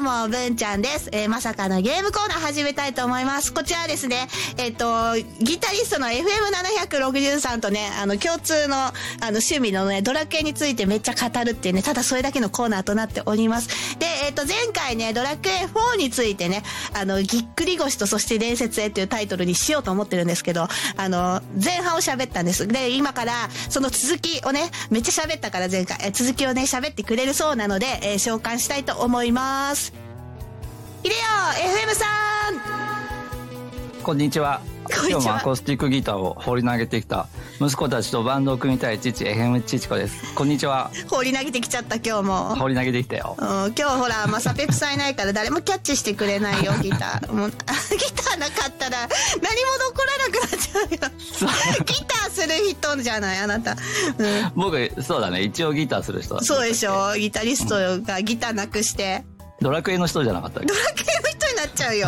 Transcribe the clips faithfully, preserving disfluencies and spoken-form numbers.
も文ちゃんです、えー、まさかのゲームコーナー始めたいと思います。こちらはですね、えっとギタリストの エフエムななひゃくろくじゅうさん とね、あの共通のあの趣味のねドラクエについてめっちゃ語るっていうね、ただそれだけのコーナーとなっております。で、えっと前回ねドラクエフォーについてね、あのぎっくり腰とそして伝説へというタイトルにしようと思ってるんですけど、あの前半を喋ったんです。で今からその続きをね、めっちゃ喋ったから前回、え続きをね喋ってくれるそうなので、えー、召喚したいと思います。いでよ エフエム さん、 こんにちは。今日もアコースティックギターを放り投げてきた息子たちとバンドを組みたい父 エフエム ちちこです。こんにちは。 放り投げてきちゃった。今日も放り投げてきたよ、 うん、今日ほらマサペプさんいないから誰もキャッチしてくれないよギターもうギターなかったら何も残らなくなっちゃうよギターする人じゃないあなた、うん、 僕そうだね、一応ギターする人だ。 そうでしょ、ギタリストがギターなくして、 ドラクエの人じゃなかったっけ？ ドラクエの人になっちゃうよ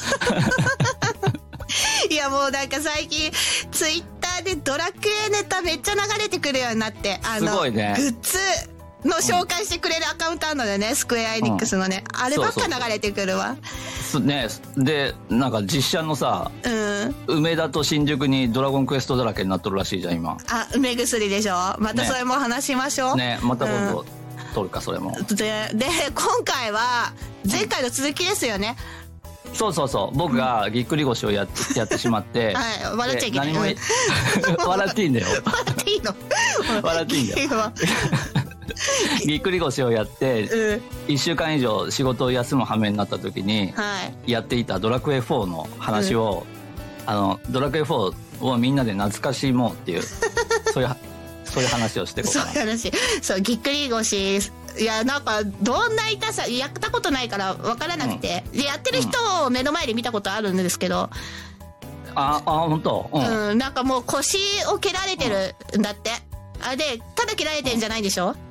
いやもうなんか最近ツイッターでドラクエネタめっちゃ流れてくるようになって、あのすごいね、 グッズの紹介してくれるアカウントあるのでね、うん、スクエアエニックスのね、うん、あればっか流れてくるわ。 そうそうね、でなんか実写のさ、うん、梅田と新宿にドラゴンクエストだらけになっとるらしいじゃん今。 あ、梅薬でしょ。またそれも話しましょうね。ね、また今度、うん、撮るかそれも。 で、で今回は前回の続きですよね。 そうそうそう、僕がぎっくり腰をやっ、やってしまってはい、笑っちゃいけない。 何も笑っていいんだよ。 笑っていいの？ 笑っていいんだよ。ぎっくり腰をやって、うん、いっしゅうかん以上仕事を休む羽目になった時に、はい、やっていたドラクエフォーの話を、うん、あのドラクエフォーをみんなで懐かしもうっていうそういうそういう話をしていこうかな。 そういう話。そう、ぎっくり腰、いやなんかどんな痛さ、やったことないから分からなくて、うん、でやってる人を目の前で見たことあるんですけど、うん、 ああ本当、うん、 うん、なんかもう腰を蹴られてるんだって、うん、あでただ蹴られてんじゃないでしょ、うん、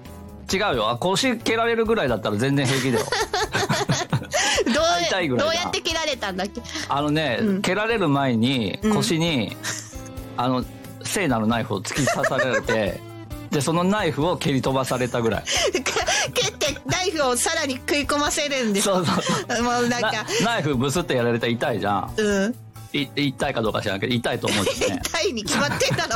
違うよ、腰蹴られるぐらいだったら全然平気だよどう痛いぐらいだ。どうやって蹴られたんだっけ？ あのね、うん、蹴られる前に腰に、うん、あの聖なるナイフを突き刺されてでそのナイフを蹴り飛ばされたぐらい蹴ってナイフをさらに食い込ませるんです。 そうそうそう、もうなんかナイフブスってやられたら痛いじゃん、うん、い痛いかどうか知らんけど痛いと思うしね痛いに決まってんだろ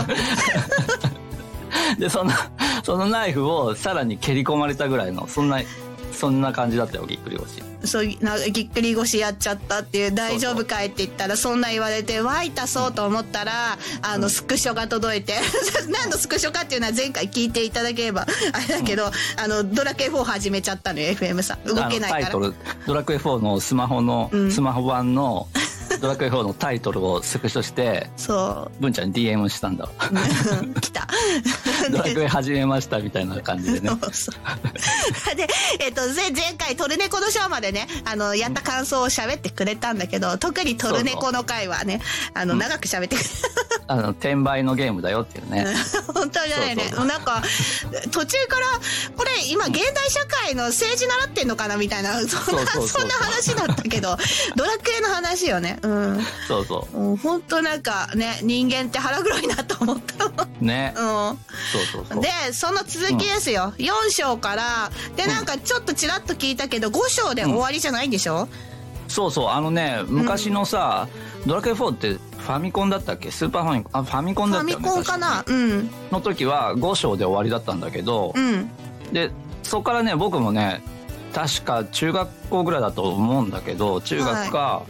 でそのそのナイフをさらに蹴り込まれたぐらいのそんなそんな感じだったよ、ぎっくり腰。 そうなぎっくり腰やっちゃったっていう、大丈夫かいって言ったらそんな言われて、わ痛そうと思ったら、あのスクショが届いて何のスクショかっていうのは前回聞いていただければあれだけど、うん、あのドラクエフォー始めちゃったのよ エフエム さん、動けないから。 タイトルドラクエフォーのスマホの、うん、スマホ版のドラクエフォーのタイトルをスクショしてそう文ちゃんに ディーエム したんだ来たドラクエ始めましたみたいな感じでねそうそうで、えっと、前, 前回トルネコのショーまでね、あのやった感想を喋ってくれたんだけど、特にトルネコの回はね、あの長く喋ってくれた、 うん、あの転売のゲームだよっていうね本当じゃないね。そうそうそう、なんか途中からこれ今現代社会の政治習ってんのかなみたいな、そんなそんな話だったけどドラクエの話よね。うん、 そうそう、 うん、本当なんかね、人間って腹黒いなと思ったね、 うん、 そうそうそう。 でその続きですよ、うん、よん章からで、なんかちょっとちらっと聞いたけどご章で終わりじゃないんでしょ、うん、 そうそう、あのね昔のさ、うん、ドラクエフォーってファミコンだったっけ、スーパーファミコン、あファミコンだったよね、 ファミコンかな、うん、 の時はご章で終わりだったんだけど、うん、でそこからね僕もね確か中学校ぐらいだと思うんだけど、中学か、はい、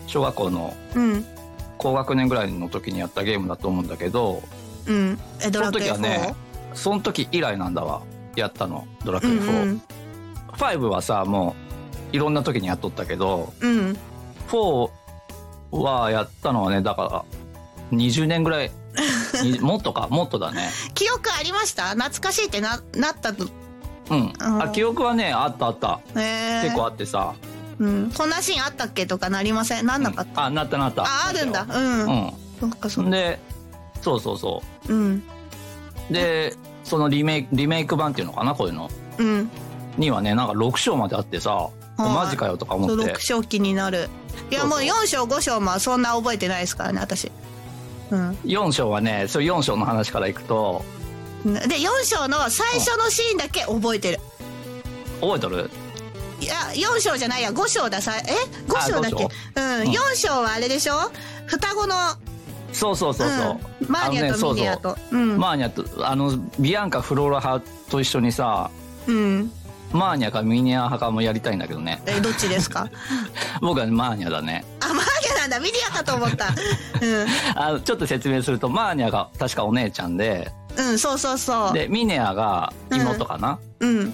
小学校の高学年ぐらいの時にやったゲームだと思うんだけど、 うん、えドラクエフォー、 その時はね、その時以来なんだわ、やったのドラクエフォー、うんうん、ファイブはさもういろんな時にやっとったけど、うん、フォーはやったのはねだからにじゅうねんぐらいもっとかもっとだね記憶ありました？懐かしいって な, なったと、 うん、あ記憶はねあったあった、結構あってさ、 うん、こんなシーンあったっけとかなりません？なんなかった、 うん、あなったなった、 ああるんだ、うん、うん、 そっかそっか。でそうそうそう、うん、でそのリメイクリメイク版っていうのかな、こういうの、うん、にはねなんかろく章まであってさ、マジかよとか思って。 ろく章気になる。いやそうそう、もうよん章ご章もそんな覚えてないですからね私、うん、よん章はね、それよん章の話からいくと、 でよん章の最初のシーンだけ覚えてる、 覚えとる？ いやよん章じゃないやご章ださえご章だっけ。うん、うん、よん章はあれでしょ、双子の。 そうそうそうそう、 うん、マーニャとミネアと、ね、そうそう、うん、 マーニャとあのビアンカフローラ派と一緒にさ、 うん、 マーニャかミネア派かもやりたいんだけどね。 えどっちですか？ 僕はマーニャだね。 あマーニャなんだ、ミネアかと思った、うん、 あのちょっと説明すると、マーニャが確かお姉ちゃんで、 うんそうそうそう、 でミネアが妹かな、 うん、うん、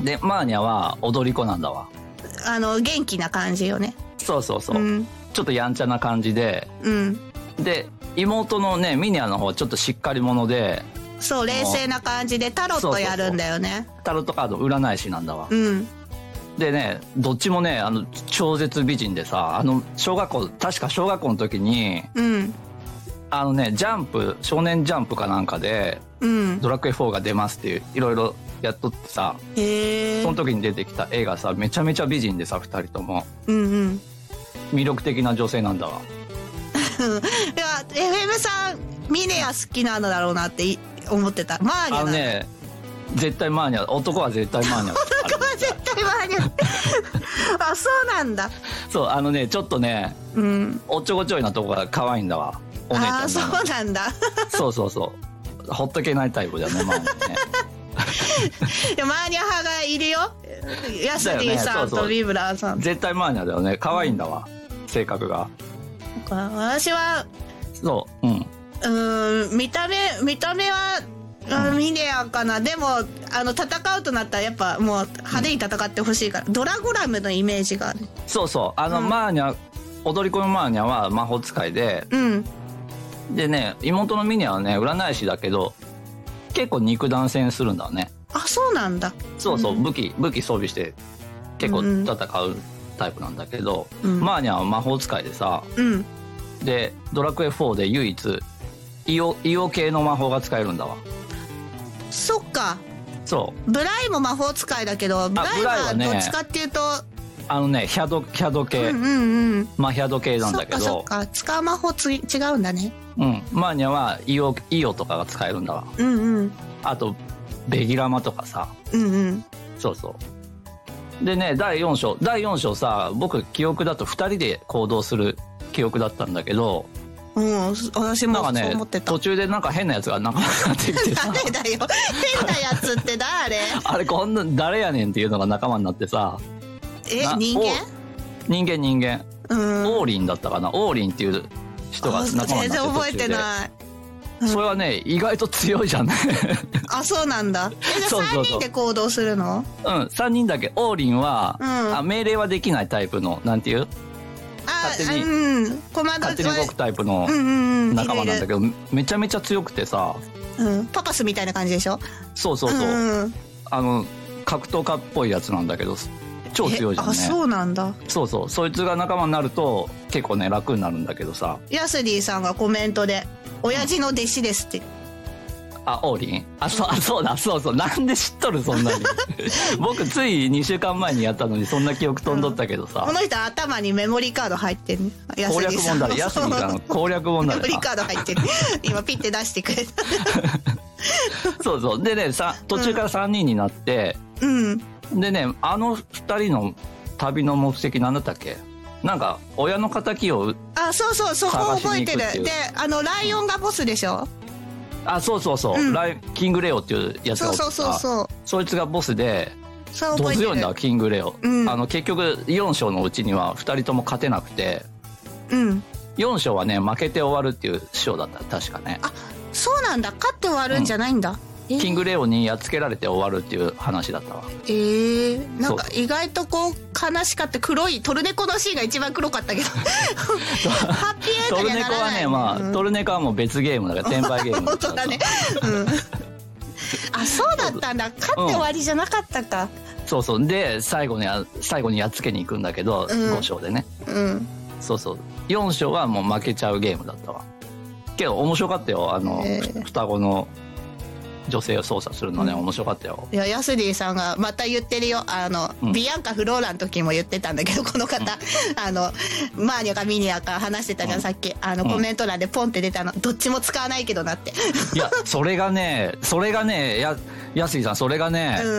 でマーニャは踊り子なんだわ。 あの元気な感じよね。 そうそうそう、うん、ちょっとやんちゃな感じで、 うん、 で妹のねミネアの方はちょっとしっかり者で、 そう冷静な感じでタロットやるんだよね。そうそうそう、 タロットカード占い師なんだわ。 うん、 でねどっちもねあの超絶美人でさ、あの小学校確か小学校の時に、 うん、 あのねジャンプ少年ジャンプかなんかで、 うん、 ドラクエフォーが出ますっていういろいろやっとってさ、 へその時に出てきた絵がさめちゃめちゃ美人でさふたりとも、 うんうん、 魅力的な女性なんだわ。 いや エフエム さんミネア好きなんだろうなって思ってた。マーニャなんだ。あのね絶対マーニャ、男は絶対マーニャ男は絶対マーニャあそうなんだ。 そうあのねちょっとね、 うん、 おっちょこちょいなとこが可愛いんだわ、お姉ちゃんの。 あそうなんだそうそうそうほっとけないタイプだよねマーニャねいやマーニャ派がいるよ、ヤスディさんとビブラーさん。 絶対マーニャだよね、可愛いんだわ、うん、性格が。 私はそううんうん見た目見た目は、うん、ミネアかな。でもあの戦うとなったらやっぱもう派手に戦ってほしいから、うん、ドラゴラムのイメージがある。 そうそうあの、うん、マーニャ踊り子のマーニャは魔法使いで、 うん、 でね妹のミネアはね占い師だけど結構肉弾戦するんだね。 あそうなんだ。 そうそう、うん、武器武器装備して結構戦うタイプなんだけど、うん、マーニャは魔法使いでさ、 うん、 でドラクエフォーで唯一イオ、イオ系の魔法が使えるんだわ。 そっか。 そうブライも魔法使いだけどブライはどっちかっていうとあのねヒャドヒャド系、 うんうんうん、 マヒャド系なんだけど、 そっかそっか使う魔法つ違うんだね。 うんマーニャはイオ、イオとかが使えるんだわ。 うんうん、 あとベギラマとかさ、 うんうん、 そうそうでねだいよん章だいよん章さ僕記憶だとふたりで行動する記憶だったんだけど、 うん、私もそう思ってた。 途中でなんか変なやつがなんかなってきてさ誰だよ変なやつって誰あれこんな誰やねんっていうのが仲間になってさ。 え人間人間人間、 うん、 オーリンだったかな。オーリンっていう人が仲間になって全然覚えてない、 うん、それはね意外と強いじゃんねあそうなんだ。えじゃあさんにんで行動するの？ うんさんにんだけ。オーリンは、うん、あ命令はできないタイプのなんていう勝手に、うん、コマンド勝手に動くタイプの仲間なんだけど、うんうんうん、めちゃめちゃ強くてさ、 うん、パパスみたいな感じでしょ。 そうそうそう、うんうん、あの格闘家っぽいやつなんだけど超強いじゃんね。 あそうなんだ。 そうそうそいつが仲間になると結構ね楽になるんだけどさ。 ヤスディさんがコメントで親父の弟子ですって、うん、 あオーリンあ そ, あそうだそうそうなんで知っとるそんなに僕ついにしゅうかんまえにやったのにそんな記憶飛んどったけどさ、 うん、この人頭にメモリーカード入ってる、ね、 攻略本だね。ヤスディさんの攻略本だね。 メモリーカード入ってる今ピッて出してくれたそうそうでねさ途中からさんにんになって、 うん、 でねあのふたりの旅の目的なんだったっけ。なんか親の敵をあそうそうそこ覚えてる。であのライオンがボスでしょ。 あそうそうそう、うん、ライキングレオっていうやつがおった。 そうそうそうそうそいつがボスでど強いんだキングレオ、うん、あの結局よん章のうちにはふたりとも勝てなくて、 うん、 よん章はね負けて終わるっていう章だった確かね。 あそうなんだ勝って終わるんじゃないんだ、うんえー、キングレオにやっつけられて終わるっていう話だったわ。 えー、なんか意外とこう悲しかった。黒いトルネコのシーンが一番黒かったけどハッピーエンドにはならない。トルネコはねまあ、うん、トルネコはもう別ゲームだから転売ゲーム本当だね、うん、あそうだったんだ。勝って終わりじゃなかったか、うん、 そうそうで最後に最後にやっつけに行くんだけど、うん、ご章でね、 うん、 そうそうよん章はもう負けちゃうゲームだったわ。けど面白かったよあの、えー、双子の女性を操作するのね、うん、面白かったよ。 いやヤスディさんがまた言ってるよあの、うん、ビアンカフローラの時も言ってたんだけどこの方、うん、あのマーニャかミニアか話してたじゃん、うん、さっきあの、うん、コメント欄でポンって出たのどっちも使わないけどなっていやそれがねそれがねやヤスディさんそれがね、 うん、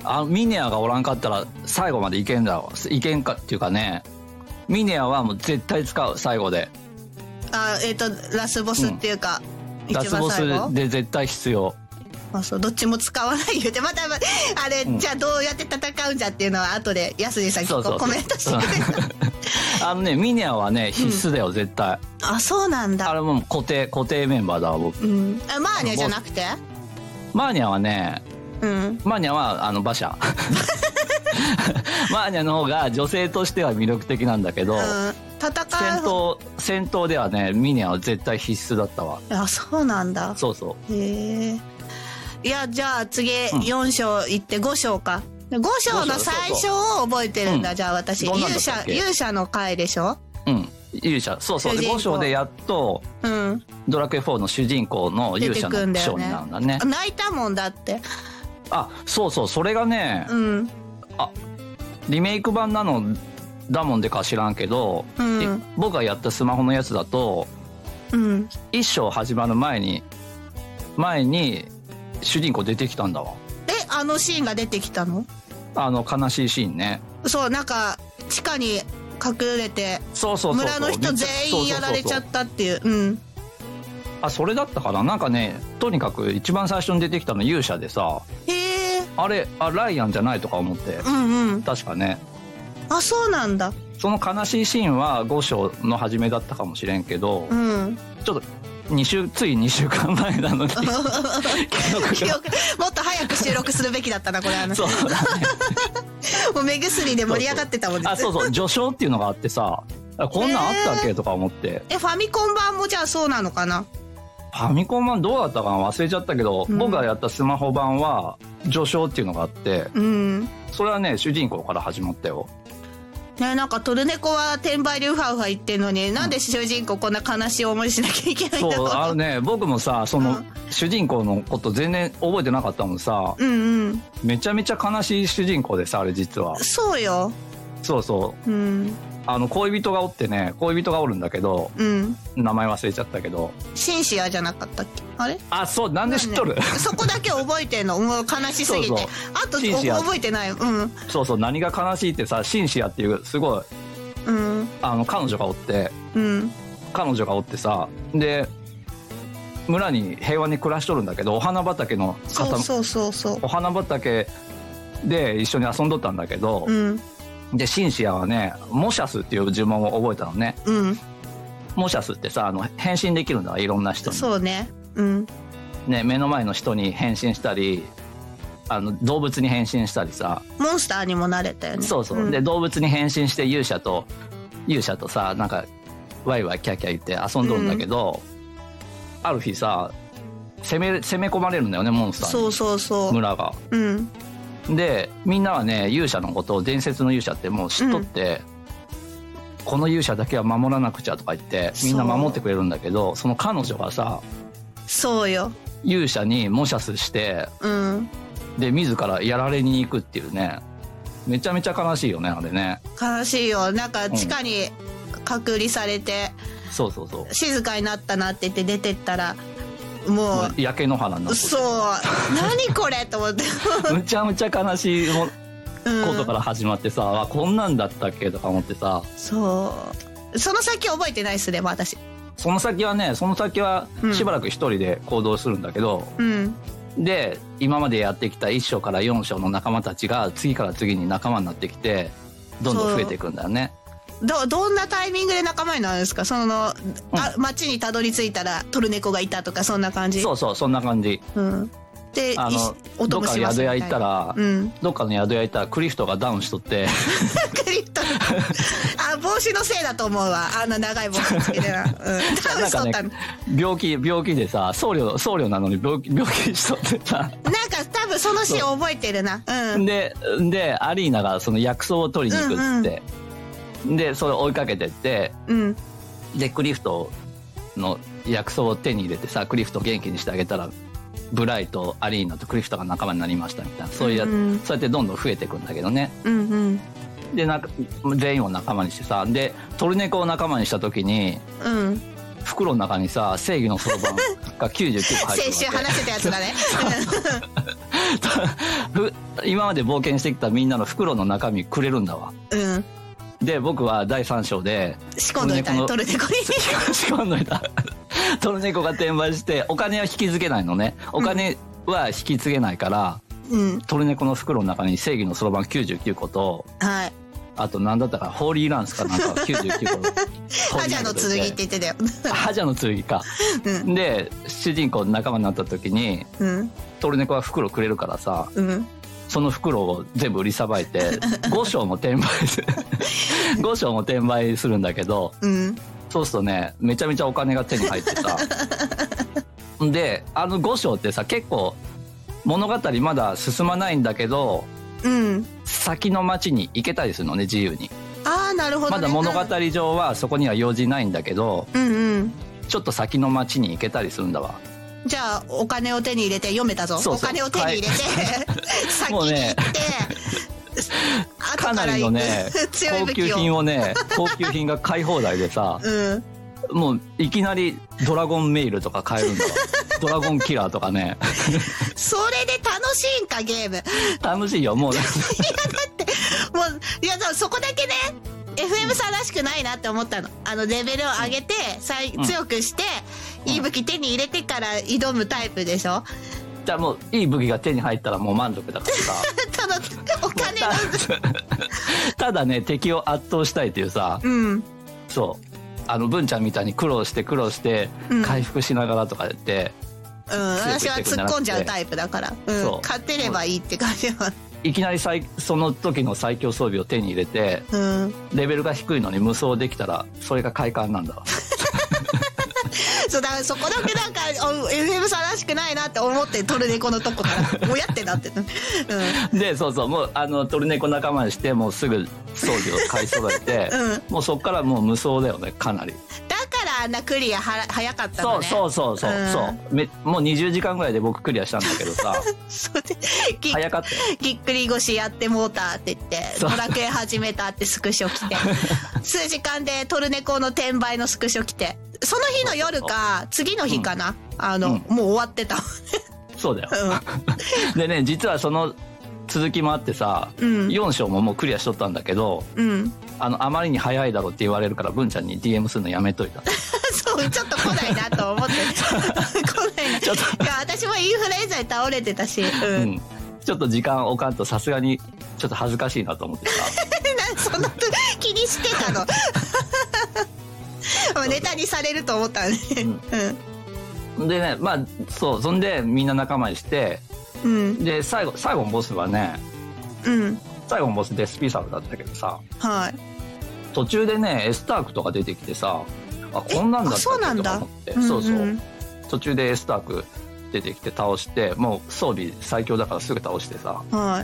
あミネアがおらんかったら最後までいけんだろいけんかっていうかね、ミネアはもう絶対使う最後で。 あえっ、ー、とラスボスっていうか、 うん、ラスボスで絶対必要。 あそうどっちも使わない言うてまたあれ、うん、じゃあどうやって戦うんじゃっていうのは後で安井さん結構コメントしてくれた。あのねミネアはね必須だよ、うん、絶対。 あそうなんだ。 あれも固定固定メンバーだわ僕、うん、 あマーニャじゃなくてマーニャはね、 うん、 マーニャはあの馬車マーニャの方が女性としては魅力的なんだけど、うん、 戦う戦闘戦闘ではねミネアは絶対必須だったわ。 あそうなんだ。 そうそう。 へえ。いやじゃあ次よん章いってご章か。ご章の最初を覚えてるんだ。うん、じゃあ私勇者勇者の回でしょ。うん勇者そうそうご章でやっと、うん、ドラクエフォーの主人公の勇者の章になるんだね。 泣いたもんだって。 あそうそうそれがね、うん、あリメイク版なのだもんでか知らんけど、うん、僕がやったスマホのやつだと、うん、一章始まる前に前に主人公出てきたんだわ。 えあのシーンが出てきたの？ あの悲しいシーンね。 そうなんか地下に隠れてそうそうそう村の人全員やられちゃったっていう。うんあそれだったかな。なんかねとにかく一番最初に出てきたの勇者でさ、 へえあれあライアンじゃないとか思って、うんうん、確かね。 あそうなんだ。 その悲しいシーンはご章の初めだったかもしれんけど、うん、ちょっとに週ついにしゅうかんまえなのに記憶もっと早く収録するべきだったなこれ。あのそうだ、ね、もう目薬で盛り上がってたもんね。 あそうそう序章っていうのがあってさこんなんあったっけとか思って。 えファミコン版もじゃあそうなのかな。 ファミコン版どうだったかな忘れちゃったけど、うん、僕がやったスマホ版は序章っていうのがあって、うん、それはね主人公から始まったよ。 ね、なんかトルネコは転売でウハウハ言ってんのに、うん、なんで主人公こんな悲しい思いしなきゃいけないんだろう。 そうあのね僕もさその、うん、主人公のこと全然覚えてなかったもんさ、うんうん、めちゃめちゃ悲しい主人公でさあれ実は。 そうよ。 そうそう、うん、あの恋人がおってね恋人がおるんだけど、うん、名前忘れちゃったけどシンシアじゃなかったっけあれ。 あそうなんで知っとる、ね、 そこだけ覚えてんのもう悲しすぎて。そうそうあと覚えてない。うんそうそう何が悲しいってさシンシアっていうすごい、うん、あの彼女がおって、うん、彼女がおってさで村に平和に暮らしとるんだけどお花畑の方そうそうそうお花畑で一緒に遊んどったんだけど、うんでシンシアはねモシャスっていう呪文を覚えたのね、うん、モシャスってさあの変身できるんだいろんな人に。 そうね、うん、 ね目の前の人に変身したりあの動物に変身したりさモンスターにもなれたよね。 そうそう、うん、で動物に変身して勇者と勇者とさなんかワイワイキャキャ言って遊んどるんだけど、うん、ある日さ攻め攻め込まれるんだよねモンスターに。 そうそうそう村が。うんでみんなはね勇者のことを伝説の勇者ってもう知っとって、うん、この勇者だけは守らなくちゃとか言ってみんな守ってくれるんだけど そ, その彼女がさそうよ勇者に模写して、うん、で自らやられに行くっていうねめちゃめちゃ悲しいよねあれね。 悲しいよなんか地下に隔離されて、 うん、そうそうそう静かになったなって言って出てったらもう焼け野原になってそう何これと思ってむちゃむちゃ悲しいことから始まってさ、うん、あこんなんだったっけとか思ってさ。 そうその先覚えてないっすね私。 その先はねその先はしばらく一人で行動するんだけど、うん、で今までやってきたいっ章からよん章の仲間たちが次から次に仲間になってきてどんどん増えていくんだよね。 ど, どんなタイミングで仲間になるんですかその、うん、あ町にたどり着いたらトルネコがいたとかそんな感じ。 そうそうそんな感じ、うん、であのどっかの宿屋行ったら、うん、どっかの宿屋行ったらクリフトがダウンしとってクリフトあ帽子のせいだと思うわあんな長い帽子つけてな、うん、ダウンしとったの、ね、病気病気でさ僧侶僧侶なのに病気病気しとってさなんか多分そのシーン覚えてるな、 うん、ででアリーナがその薬草を取りに行くっつって、うんうんでそれを追いかけてって、うん、でクリフトの薬草を手に入れてさクリフト元気にしてあげたらブライとアリーナとクリフトが仲間になりましたみたいなそういうや、うんうん、そうやってどんどん増えていくんだけどね、うんうん、でなんか全員を仲間にしてさでトルネコを仲間にした時に、うん、袋の中にさ正義のそろばんがきゅうじゅうきゅうこ入ってるわけ先週話してたやつだね今まで冒険してきたみんなの袋の中身くれるんだわ。 うん。 で僕はだいさん章で仕込んどいたね、トルネコに仕込んどいたトルネコが転売してお金は引き継げないのね。お金は引き継げないから、うん、トルネコの袋の中に正義のそろばんきゅうじゅうきゅうこと、はい、あと何だったかホーリーランスかなんかきゅうじゅうきゅう個ハジャの剣って言ってたよハジャの剣か、うん、で主人公の仲間になった時に、うん、トルネコは袋くれるからさ、うん、その袋を全部売りさばいてご章も転売するご章も転売するんだけど、うん、そうするとねめちゃめちゃお金が手に入ってさであのご章ってさ結構物語まだ進まないんだけど、うん、先の町に行けたりするのね自由に。 あーなるほど、ね、 まだ物語上はそこには用事ないんだけど、うんうん、ちょっと先の町に行けたりするんだわ。 じゃあお金を手に入れて読めたぞ。そうそうお金を手に入れて、はい、先に行って、ね、 かなりのね高級品をね高級品が買い放題でさ、うん、もういきなりドラゴンメイルとか買えるんだわドラゴンキラーとかねそれで楽しいんかゲーム。 楽しいよもうねいやだってもういやだそこだけね エフエム さんらしくないなって思ったの。あのレベルを上げて最強くして、うん、いい武器手に入れてから挑むタイプでしょ。 じゃあもういい武器が手に入ったらもう満足だからさただお金のただね敵を圧倒したいっていうさ、うん、そうあの文ちゃんみたいに苦労して苦労して回復しながらとかやって、 うん、うん、私は突っ込んじゃうタイプだから、うん、勝てればいいって感じは。 いきなり最その時の最強装備を手に入れて、うん、レベルが低いのに無双できたらそれが快感なんだわそうだそこだけなんか エフエム さんらしくないなって思ってトルネコのとこからもやってなってた、 うん、でそうそうもうあのトルネコ仲間にしてもうすぐ装備を買い揃えて、うん、もうそっからもう無双だよねかなり。 だからあんなクリアは早かったのね。 そうそうそうそう、うん、そうめもうにじゅうじかんぐらいで僕クリアしたんだけどさそれで早かったよ。 ぎっくり腰やってもうたって言ってドラクエ始めたってスクショ来て数時間でトルネコの転売のスクショ来てその日の夜か次の日かな、うん、あの、うん、もう終わってたそうだよ、うん、でね実はその続きもあってさ、うん、よん章ももうクリアしとったんだけど、うん、あのあまりに早いだろって言われるから文ちゃんに ディーエム するのやめといたそうちょっと来ないなと思って来ないなちょっといや私もインフルエンザで倒れてたし、うんうん、 ちょっと時間置かんとさすがにちょっと恥ずかしいなと思ってさその気にしてたのネタにされると思ったんで、 うん、でねまあそうそんでみんな仲間にして、うん、で最後最後のボスはね、うん、最後のボスデスピサルだったけどさ、はい、途中でねエスタークとか出てきてさあこんなんだったっけとか思って、うんうん、そうそう途中でエスターク出てきて倒してもう装備最強だからすぐ倒してさ、はい、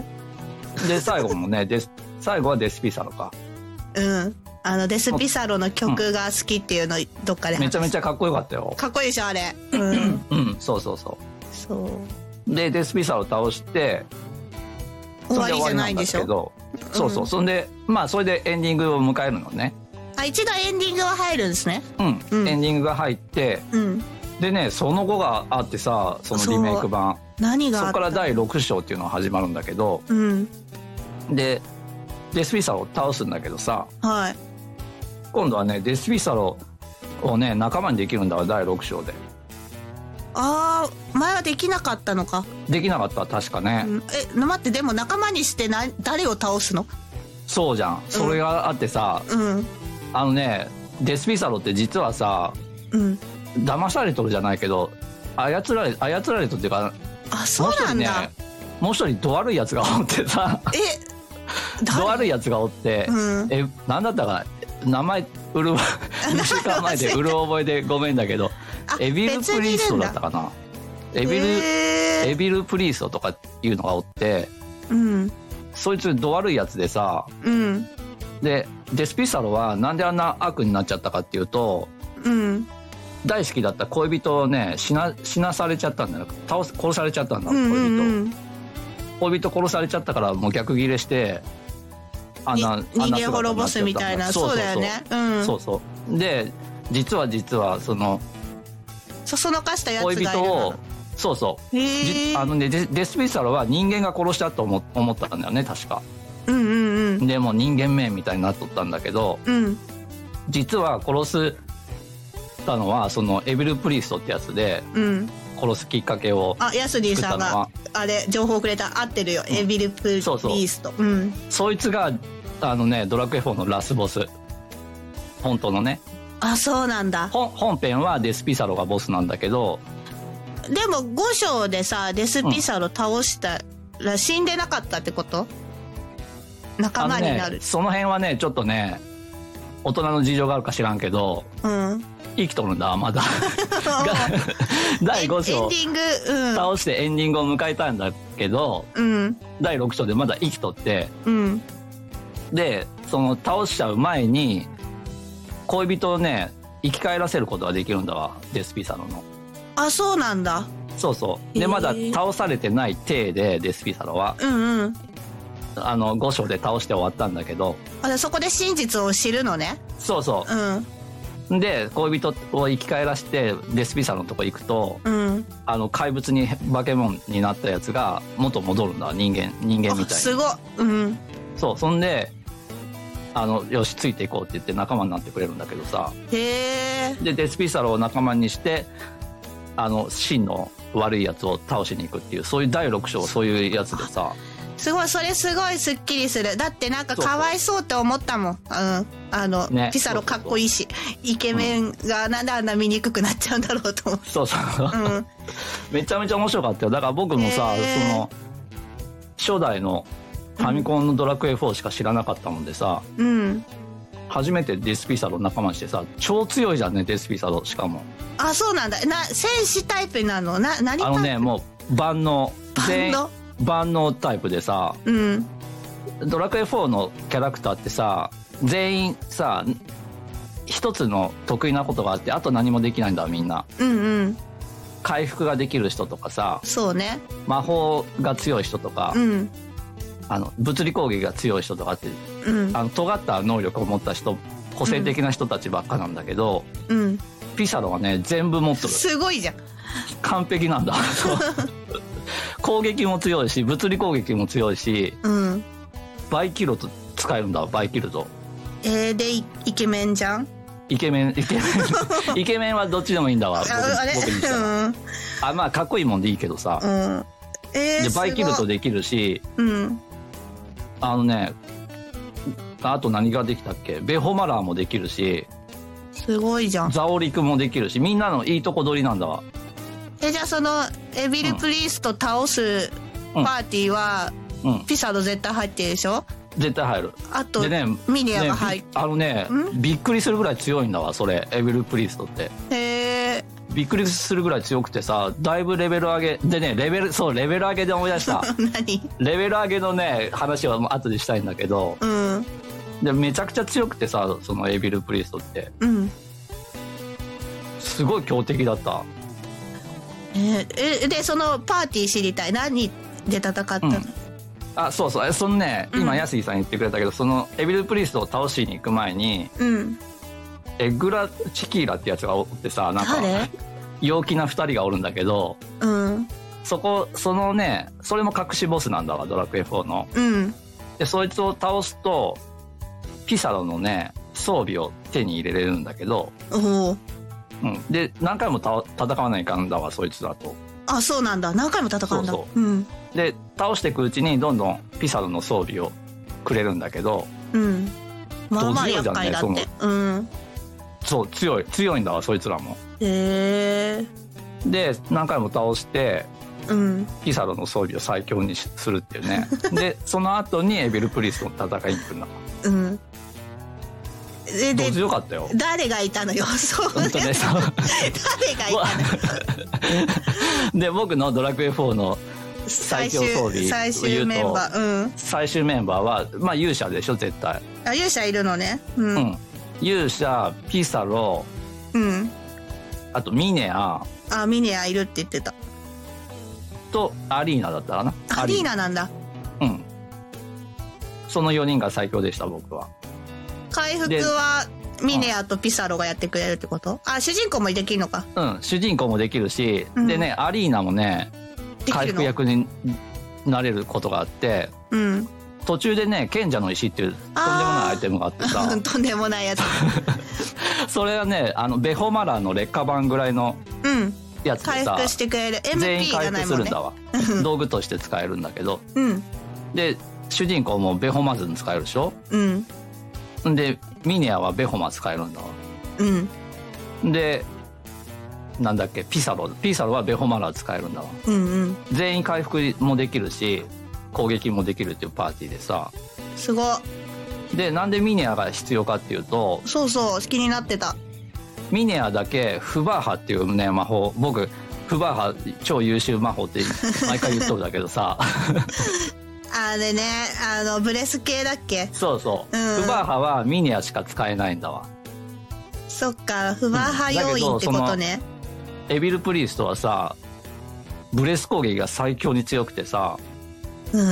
で最後もねデス最後はデスピサルかうんあのデスピサロの曲が好きっていうのどっかで、 うん、めちゃめちゃかっこよかったよ。 かっこいいでしょあれ、うん、 うん、そうそうそうそうでデスピサロ倒して終わりじゃないんでしょ。 そうそう、うん、そんでまあそれでエンディングを迎えるのね。 あ一度エンディングが入るんですね。 うん、うん、エンディングが入って、うん、でねその後があってさそのリメイク版何があったそこからだいろく章っていうのが始まるんだけど、うん、でデスピサロを倒すんだけどさ、はい、今度はねデスピサロをね仲間にできるんだわだいろく章で。 ああ前はできなかったのか。 できなかった確かね、うん、 え待ってでも仲間にしてな誰を倒すの。 そうじゃんそれがあってさ、うん、あのねデスピサロって実はさ、うん、騙されとるじゃないけど操られ操られとるっていうかあそうなんだもう一人、ね、もう一人ど悪いやつがおってさえど悪いやつがおって、うん、え何だったかな名前うるにしゅうかんまえでうる覚えでごめんだけどエビルプリーストだったかなエビル、エビルプリーストとかいうのがおって、うん、そいつど悪いやつでさ、うん、でデスピサロはなんであんな悪になっちゃったかっていうと、うん、大好きだった恋人をね死な、死なされちゃったんだよ倒す殺されちゃったんだ恋人、うんうんうん、恋人殺されちゃったからもう逆ギレしてあんな人間滅ぼすみたいな。そうだよね。 そうそうで実は実はそのそそのかしたやつがいる恋人をそうそうじあのねデ、デスピサロは人間が殺したと思思ったんだよね確か。 うんうんうん。 でも人間面みたいになっとったんだけど、 うん、 実は殺すたのはそのエビル・プリーストってやつで、うん、殺すきっかけをあヤスディさんがあれ情報くれた合ってるよ、うん、エビル・プリースト。そうそう、うん、 そいつがあのねドラクエフォーのラスボス本当のね。 あそうなんだ。 本, 本編はデスピサロがボスなんだけど、 でもご章でさデスピサロ倒したら死んでなかったってこと、うん、仲間になる、 ね、その辺はねちょっとね大人の事情があるか知らんけど、うん、生きとるんだまだだいご章エンディング、うん、倒してエンディングを迎えたんだけど、うん、だいろく章でまだ生きとって、うん、でその倒しちゃう前に恋人をね生き返らせることができるんだわデスピサロの。 あそうなんだ。 そうそうでまだ倒されてない体でデスピサロは、うんうん、あのご章で倒して終わったんだけど、 あそこで真実を知るのね。 そうそう、うん、で恋人を生き返らしてデスピサロのとこ行くと、うん、あの怪物に化け物になったやつが元戻るんだ人間人間みたいに。 すごい、うん、 そうそんであのよしついていこうって言って仲間になってくれるんだけどさ。 へでデスピサロを仲間にしてあの真の悪いやつを倒しに行くっていうそういうだいろく章そういうやつでさ。 すごいそれすごいスッキリする。だってなんかかわいそうって思ったもん。うん、あの、ね、ピサロかっこいいしイケメンがなんであんな醜くなっちゃうんだろうと思って。 そうそう、うん、めちゃめちゃ面白かったよ。だから僕もさその初代のファミコンのドラクエフォーしか知らなかったもんでさ、うん、初めてデスピサロ仲間にしてさ超強いじゃんねデスピサロ。しかもあそうなんだ。な戦士タイプなのな何タイプ。 あのねもう万能全員万能タイプでさ、うん、ドラクエフォーのキャラクターってさ全員さ一つの得意なことがあってあと何もできないんだみんな、うんうん、回復ができる人とかさそうね魔法が強い人とか、うん、あの物理攻撃が強い人とかって、うん、あの尖った能力を持った人個性的な人たちばっかなんだけど、うん、ピサロはね全部持っとる。 すごいじゃん完璧なんだ攻撃も強いし物理攻撃も強いし、うん、バイキルト使えるんだバイキルト。 えー、でイケメンじゃん。 イケメンイケメンイケメンはどっちでもいいんだわ僕, あれ僕にしたら、うん、 あまあかっこいいもんでいいけどさ、うんえー、でバイキルトできるし、うん、あのねあと何ができたっけベホマラーもできるしすごいじゃん。 ザオリクもできるしみんなのいいとこ取りなんだわ。 えじゃあそのエビル・プリースト倒すパーティーは、うん、ピサロ絶対入ってるでしょ。 絶対入る。 あとで、ね、ミニアが入って、 ね、あのねびっくりするぐらい強いんだわそれエビル・プリーストって。 へえびっくりするぐらい強くてさだいぶレベル上げでねレベルそうレベル上げで思い出した何レベル上げのね話は後でしたいんだけど、うん、でめちゃくちゃ強くてさそのエビル・プリーストって、うん、すごい強敵だった。 えー、でそのパーティー知りたい。何で戦ったの、うん、 あそうそうそのね今ヤスイさん言ってくれたけど、うん、そのエビル・プリーストを倒しに行く前に、うん、エグラ・チキーラってやつがおってさなんか陽気なふたりがおるんだけど、うん、そこそのねそれも隠しボスなんだわドラクエフォーの、うん、でそいつを倒すとピサロのね装備を手に入れれるんだけど、うんうん、で何回もた戦わないかんだわそいつだと。 あそうなんだ何回も戦うんだ。そうそう、うん、 で倒していくうちにどんどんピサロの装備をくれるんだけど、うん、 まあまあ厄介だって、うん、 そう強い強いんだわそいつらも。 へえ。 で何回も倒して、うん、ピサロの装備を最強にするっていうねでその後にエビル・プリーストの戦いに行くんだ。うんでどう強かったよ。 誰がいたのよ。そうね。本当ねそう誰がいたので僕のドラクエフォーの最強装備最終メンバー、うん、 最終メンバーはまあ勇者でしょ絶対。 あ勇者いるのね。うん、うん、 勇者ピサロ、うん、あとミネア。 あミネアいるって言ってた。 とアリーナだったかな。 アリーナなんだ。 うん。そのよにんが最強でした僕は。 回復はミネアとピサロがやってくれるってこと？あ、主人公もできるのか。 うん、主人公もできるし、うん、でね、アリーナもね、回復役になれることがあって、うん、途中でね、賢者の石っていうとんでもないアイテムがあってさ。 とんでもないやつ。 それはね、あの、ベホマラーの劣化版ぐらいのやつでさ、 回復してくれる。エムピー全員回復するんだわ。道具として使えるんだけど。うん、で、主人公もベホマズン使えるでしょ。うん。でミネアはベホマ使えるんだわ。うん。でなんだっけ、ピサロピサロはベホマラー使えるんだわ。うんうん。全員回復もできるし攻撃もできるっていうパーティーでさ。 すごっ。 でなんでミネアが必要かっていうと、 そうそう気になってた。 ミネアだけフバーハっていうね魔法、僕フバーハ超優秀魔法って毎回言っとるんだけどさ。 あれね、あのブレス系だっけ。 そうそう、うん、フバーハはミネアしか使えないんだわ。 そっか、フバーハ要因ってことね。 エビルプリストはさブレス攻撃が最強に強くてさ、うん、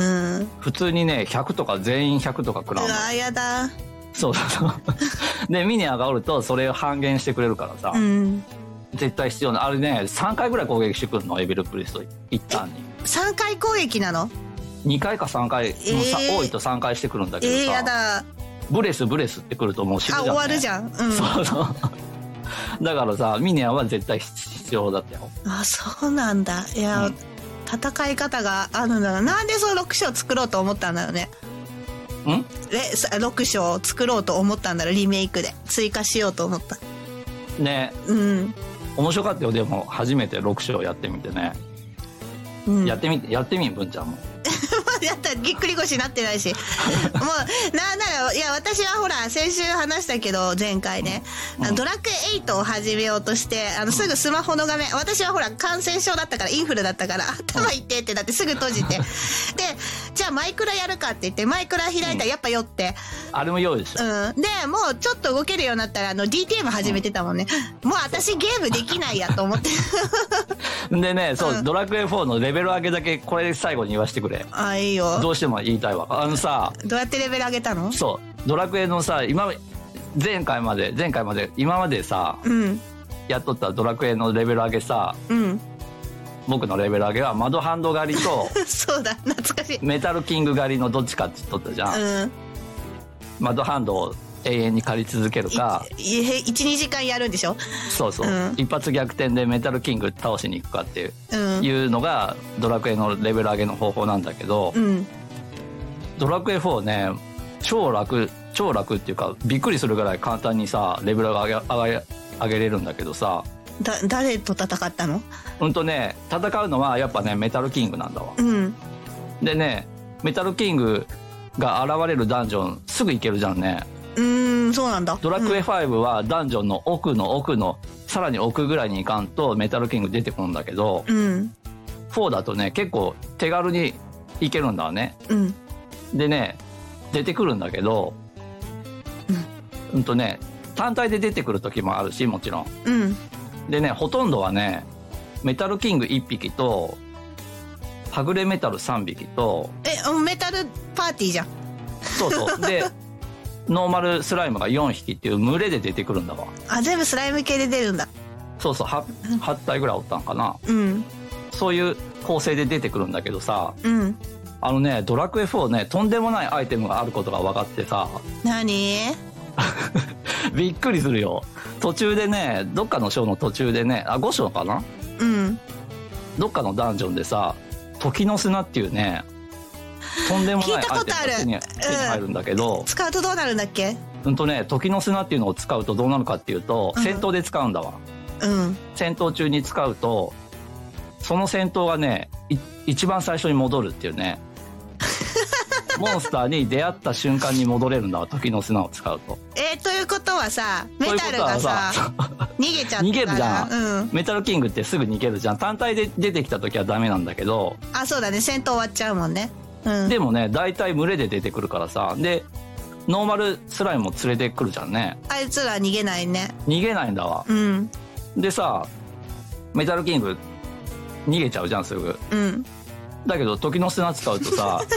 普通にねひゃくとか全員ひゃくとか食らうの。 うわやだ。 そうそうそう。でミネアがおるとそれを半減してくれるからさ、うん、絶対必要なあれね、さんかいぐらい攻撃してくるのエビルプリスト一旦に。 さんかい攻撃なの？ にかいかさんかい、えー、多いとさんかいしてくるんだけどさ、えー、やだ。ブレスブレスってくるともう死ぬじゃん、ね、 あ終わるじゃん、うん、 そうそうだからさミネアは絶対必要だったよ。 あそうなんだ。いや、うん、戦い方があるんだな。なんでそのろく章作ろうと思ったんだろうね。んえろく章を作ろうと思ったんだろう。リメイクで追加しようと思ったね。うん面白かったよ。でも初めてろく章やってみてね、うん、やってみてやってみん文ちゃんもやったらぎっくり腰になってないしもうなんならいや私はほら先週話したけど前回ね、うん、あのドラクエエイトを始めようとしてあのすぐスマホの画面、私はほら感染症だったからインフルだったから頭痛ってなってすぐ閉じてでじゃあマイクラやるかって言ってマイクラ開いたらやっぱ酔って、 うん、あれも酔うでしょ、 うん、でもうちょっと動けるようになったらあの ディーティーエム 始めてたもんね、うん、もう私ゲームできないやと思ってでねそう、うん、ドラクエフォーのレベル上げだけこれ最後に言わせてくれ。 あいいよ。 どうしても言いたいわ。あのさどうやってレベル上げたの？ そうドラクエのさ今前回まで前回まで今までさ、うん、やっとったドラクエのレベル上げさ、うん、僕のレベル上げは窓ハンド狩りとそうだ懐かしいメタルキング狩りのどっちかって言っとったじゃん、うん、窓ハンドを永遠に借り続けるかいちにじかんやるんでしょ。 そうそう、うん、一発逆転でメタルキング倒しに行くかっていう、うん、いうのがドラクエのレベル上げの方法なんだけど、うん、ドラクエフォーね超楽超楽っていうかびっくりするぐらい簡単にさレベルが上げ上げ上げれるんだけどさ。 だ誰と戦ったの？ うんとね戦うのはやっぱねメタルキングなんだわ、うん、でねメタルキングが現れるダンジョンすぐ行けるじゃんね。 うーんそうなんだ。 ドラクエファイブはダンジョンの奥の奥のさらに奥ぐらいに行かんとメタルキング出てくるんだけど、うん、フォーだとね結構手軽に行けるんだわね、うん、でね出てくるんだけど、うん、うんとね単体で出てくる時もあるしもちろん、うん、でねほとんどはねメタルキングいっぴきとはぐれメタルさんびきとえメタルパーティーじゃん。 そうそうでノーマルスライムがよんひきっていう群れで出てくるんだわ。 あ全部スライム系で出るんだ。 そうそう はち, はち体ぐらいおったんかな、うん、そういう構成で出てくるんだけどさ、うん、あのねドラクエフォーねとんでもないアイテムがあることが分かってさ。 何びっくりするよ。途中でねどっかの章の途中でねあご章かな、うん、どっかのダンジョンでさ時の砂っていうねとんでもないアイテムが手に入るんだけど、うん、 使うとどうなるんだっけ。 うんとね時の砂っていうのを使うとどうなるかっていうと、うん、戦闘で使うんだわ、うん、戦闘中に使うとその戦闘がね一番最初に戻るっていうねモンスターに出会った瞬間に戻れるんだわ時の砂を使うと。 えー、ということはさメタルがさ逃げちゃったから逃げるじゃん、うん、メタルキングってすぐ逃げるじゃん。単体で出てきた時はダメなんだけど。 あそうだね戦闘終わっちゃうもんね、うん、 でもね大体群れで出てくるからさでノーマルスライムも連れてくるじゃんね。 あいつら逃げないね。 逃げないんだわ、うん、でさメタルキング逃げちゃうじゃんすぐ、うん、だけど時の砂使うとさ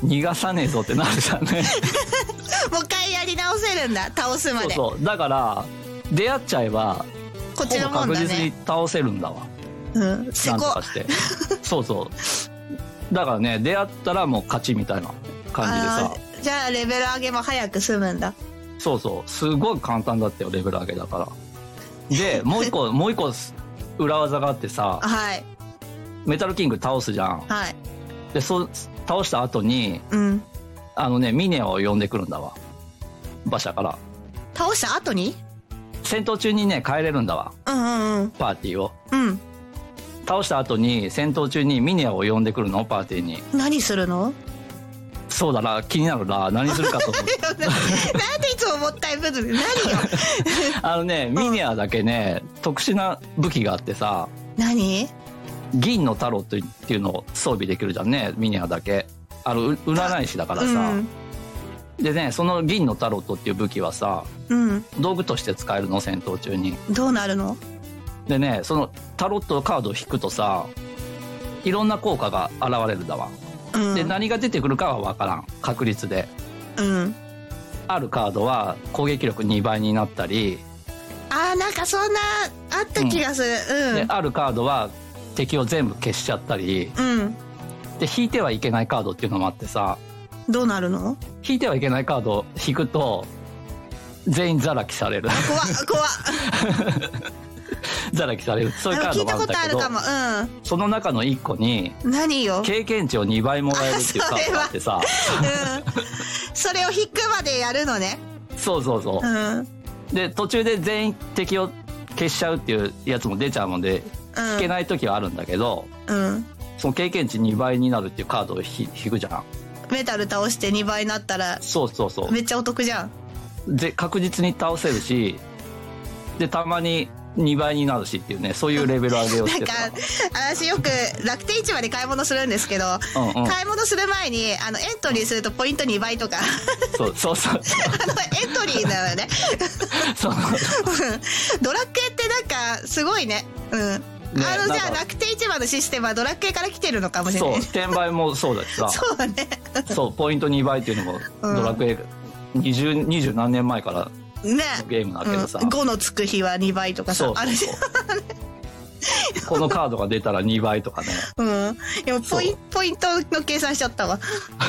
逃がさねえぞってなるじゃんねもう一回やり直せるんだ、倒すまで。 そうそうだから出会っちゃえばこっちのもんだね、 確実に倒せるんだわ。 うんせこなんとかしてそうそうだからね出会ったらもう勝ちみたいな感じでさ。 じゃあレベル上げも早く済むんだ。 そうそうすごい簡単だったよレベル上げだから。でもう一個もう一個裏技があってさ、 はい、 メタルキング倒すじゃん。 はい。 でそ倒した後に、うん、あのねミネを呼んでくるんだわ馬車から。 倒した後に戦闘中にね帰れるんだわ、うんうんうん、パーティーを、うん、倒した後に戦闘中にミネを呼んでくるのパーティーに。 何するの？ そうだな気になるな何するかと思ってなんでいつももったいぶる何よあのねミネアだけね、うん、特殊な武器があってさ。 何？ 銀のタロットっていうのを装備できるじゃんねミネアだけ。あの占い師だからさ、うん、でねその銀のタロットっていう武器はさ、うん、道具として使えるの戦闘中に。 どうなるの？ でねそのタロットカードを引くとさいろんな効果が現れるんだわ、うん、で何が出てくるかは分からん確率で、うん、あるカードは攻撃力にばいになったり。 あーなんかそんなあった気がする、うんうん、 であるカードは敵を全部消しちゃったり、うん、で引いてはいけないカードっていうのもあってさ。 どうなるの？ 引いてはいけないカードを引くと全員ザラキされる。 怖っ怖っザラキされるそういうカードもあるんだけど、 聞いたことあるかも、うん、 その中のいっこに何よ経験値をにばいもらえるっていうカードがあってさ、 うん、それを引くまでやるのね。 そうそうそう、うん、で途中で全員敵を消しちゃうっていうやつも出ちゃうので、うん、引けない時はあるんだけど、うん、その経験値にばいになるっていうカードを引くじゃん。 メタル倒してにばいになったらそうそうそうめっちゃお得じゃん。 で確実に倒せるしでたまににばいになるしっていうねそういうレベル上げをしてた。 なんか私よく楽天市場で買い物するんですけど、うんうん、買い物する前にあのエントリーするとポイントにばいとかそうそうそうあのエントリーなのねそうドラクエってなんかすごいね。うんね、あのじゃあ楽天市場のシステムはドラクエから来てるのかもしれない。 そう転売もそうだしさそうだねそうポイントにばいっていうのもドラクエにじゅう、にじゅう何年前からねゲームだけどさ、 うん、ごのつく日はにばいとかさ、 そうそうそうあるこのカードが出たらにばいとかね。 うんでもポイ、ポイントの計算しちゃったわ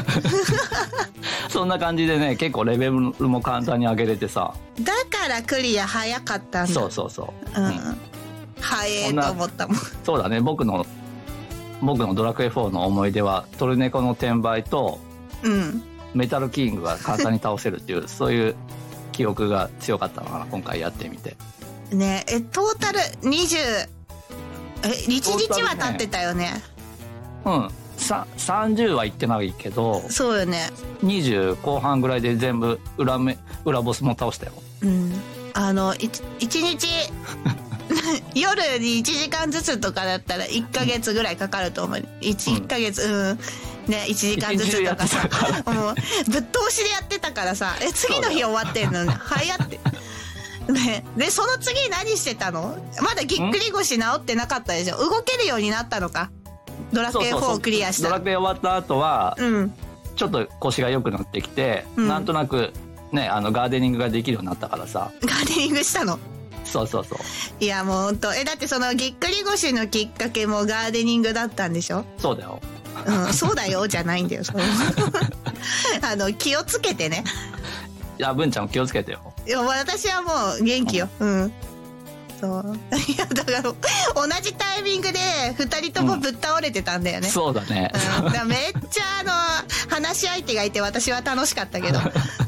そんな感じでね結構レベルも簡単に上げれてさ。 だからクリア早かったんだ。 そうそうそう、うん、うん早いと思ったもん。 そうだね僕の僕のドラクエフォーの思い出はトルネコの転売と、うん、メタルキングが簡単に倒せるっていうそういう記憶が強かったのかな今回やってみて。 ねえトータルにじゅうえいちにちは経ってたよね。 うんささんじゅうはいってないけどそうよねにじゅう後半ぐらいで全部裏め裏ボスも倒したよ。 うんあのいちにち夜にいちじかんずつとかだったらいっかげつぐらいかかると思う。 1, 1ヶ月うんねいちじかんずつとかさもうぶっ通しでやってたからさえ次の日終わってんのね早ってねでその次何してたの？まだぎっくり腰治ってなかったでしょ。動けるようになったのかドラクエフォーをクリアした。 ドラクエ終わった後は、うん、ちょっと腰が良くなってきて、うん、なんとなくねあのガーデニングができるようになったからさ。 ガーデニングしたの？ そうそうそう。 いやもうほんとえだってそのぎっくり腰のきっかけもガーデニングだったんでしょ。 そうだよ、 うん、そうだよじゃないんだよそれあの気をつけてね。 いや文ちゃんも気をつけてよ。 いや私はもう元気よ。うん、うん、そういやだから同じタイミングでふたりともぶっ倒れてたんだよね、 うん、そうだね、 うん、だめっちゃあの話し相手がいて私は楽しかったけど、うん、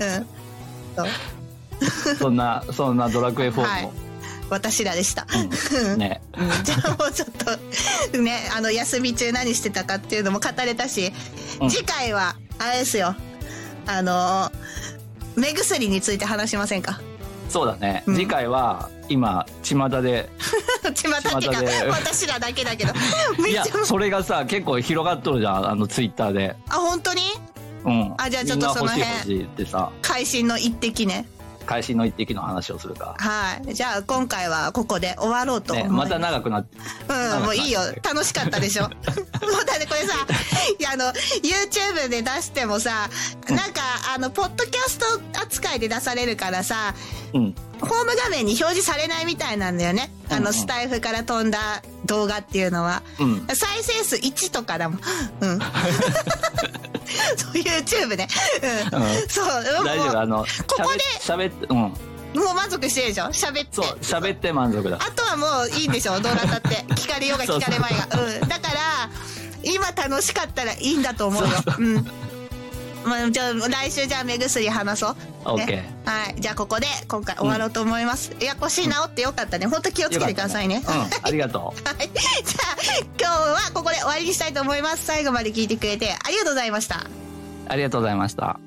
そうそんなそんなドラクエフォーの、はい私らでした、 うん、ね、 うん、じゃあもうちょっとねあの休み中何してたかっていうのも語れたし、うん、次回はあれですよあの目薬について話しませんか。 そうだね、うん、次回は今巷で巷ってか私らだけだけどいやそれがさ結構広がっとるじゃんあのツイッターで。 あ本当に？ うん。 あじゃあちょっとその辺みんな欲しい欲しいってさ会心の一滴ね。 会心の一滴の話をするか。 はい。じゃあ今回はここで終わろうと思います。 ね、また長くなって。 うん、もういいよ。楽しかったでしょ。もうだってこれさ、いやあの、YouTube で出してもさ、なんか、あの、ポッドキャスト扱いで出されるからさ、うん、ホーム画面に表示されないみたいなんだよね。あの、うんうん、スタイフから飛んだ動画っていうのは。うん、再生数いちとかだもん。うん。そう YouTube ね。うん。うん、そう。 大丈夫。あの、ここで。 喋って、うん。 もう満足してるでしょ喋って。 そう、喋って満足だ。 あとはもういいんでしょどうなったって。聞かれようが聞かれまいが。そうそううん。だから、今楽しかったらいいんだと思うよ。うん。まあ、じゃあ来週じゃあ目薬話そう。 オッケー。はい。じゃあここで今回終わろうと思います。うん、いや、腰治ってよかったね。本当気をつけてくださいね。 ねうん。ありがとう。はい。じゃあ今日はここで終わりにしたいと思います。最後まで聞いてくれてありがとうございました。 ありがとうございました。